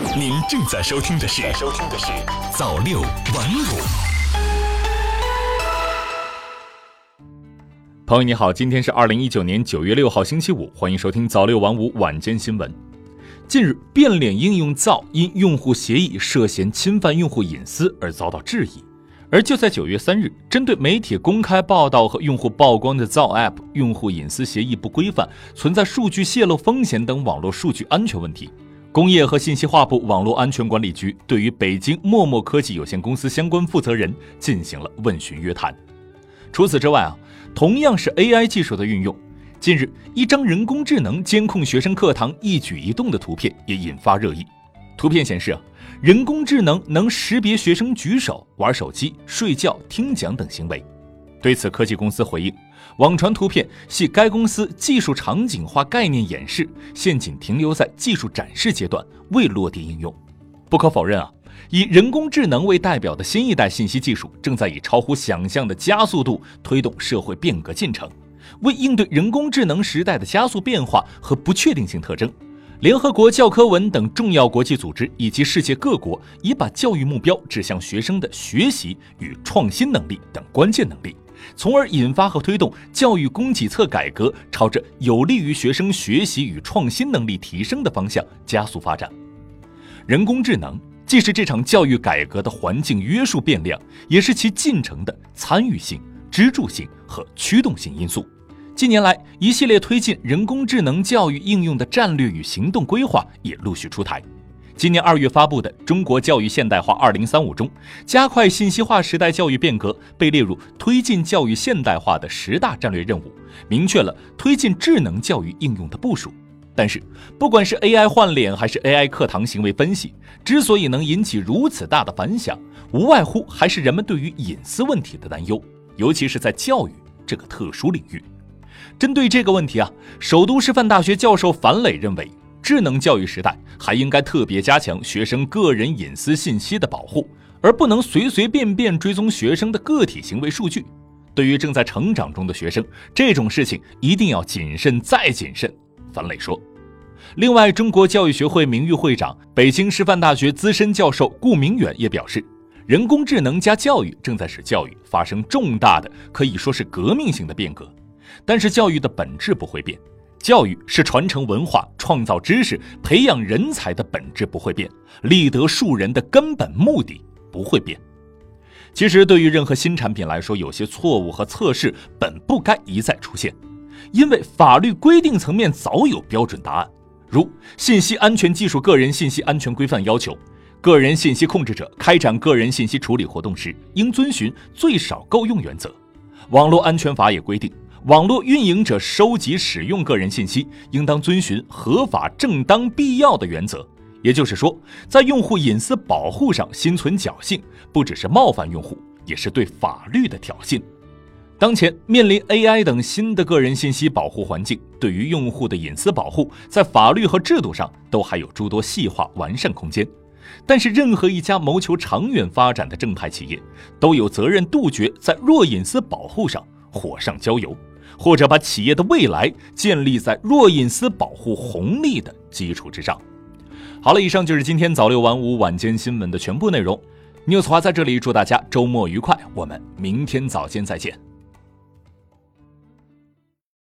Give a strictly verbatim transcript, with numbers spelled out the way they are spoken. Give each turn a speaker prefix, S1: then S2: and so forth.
S1: 您正在收听的是收听的是早六晚五。
S2: 朋友你好，今天是二零一九年九月六号星期五，欢迎收听早六晚五晚间新闻。近日，变脸应用造因用户协议涉嫌侵犯用户隐私而遭到质疑。而就在九月三日，针对媒体公开报道和用户曝光的造 App 用户隐私协议不规范、存在数据泄露风险等网络数据安全问题，工业和信息化部网络安全管理局对于北京陌陌科技有限公司相关负责人进行了问询约谈。除此之外啊，同样是 A I 技术的运用，近日一张人工智能监控学生课堂一举一动的图片也引发热议。图片显示啊，人工智能能识别学生举手、玩手机、睡觉、听讲等行为。对此，科技公司回应，网传图片系该公司技术场景化概念演示，现仅停留在技术展示阶段，未落地应用。不可否认啊，以人工智能为代表的新一代信息技术正在以超乎想象的加速度推动社会变革进程。为应对人工智能时代的加速变化和不确定性特征，联合国教科文等重要国际组织以及世界各国已把教育目标指向学生的学习与创新能力等关键能力，从而引发和推动教育供给侧改革朝着有利于学生学习与创新能力提升的方向加速发展。人工智能既是这场教育改革的环境约束变量，也是其进程的参与性、支柱性和驱动性因素。近年来，一系列推进人工智能教育应用的战略与行动规划也陆续出台。今年二月发布的《中国教育现代化二零三五》中，加快信息化时代教育变革被列入推进教育现代化的十大战略任务，明确了推进智能教育应用的部署。但是，不管是 A I 换脸还是 A I 课堂行为分析，之所以能引起如此大的反响，无外乎还是人们对于隐私问题的担忧，尤其是在教育这个特殊领域。针对这个问题啊，首都师范大学教授樊磊认为，智能教育时代还应该特别加强学生个人隐私信息的保护，而不能随随便便追踪学生的个体行为数据。对于正在成长中的学生，这种事情一定要谨慎再谨慎，樊磊说。另外，中国教育学会名誉会长、北京师范大学资深教授顾明远也表示，人工智能加教育正在使教育发生重大的，可以说是革命性的变革。但是教育的本质不会变，教育是传承文化、创造知识、培养人才的本质不会变，立德树人的根本目的不会变。其实对于任何新产品来说，有些错误和测试本不该一再出现，因为法律规定层面早有标准答案，如信息安全技术个人信息安全规范要求，个人信息控制者开展个人信息处理活动时应遵循最少够用原则。网络安全法也规定，网络运营者收集使用个人信息应当遵循合法正当必要的原则，也就是说，在用户隐私保护上心存侥幸，不只是冒犯用户，也是对法律的挑衅。当前面临 A I 等新的个人信息保护环境，对于用户的隐私保护在法律和制度上都还有诸多细化完善空间。但是任何一家谋求长远发展的正派企业都有责任杜绝在弱隐私保护上火上浇油，或者把企业的未来建立在弱隐私保护红利的基础之上。好了，以上就是今天早六晚五晚间新闻的全部内容。News 华在这里祝大家周末愉快，我们明天早间再见。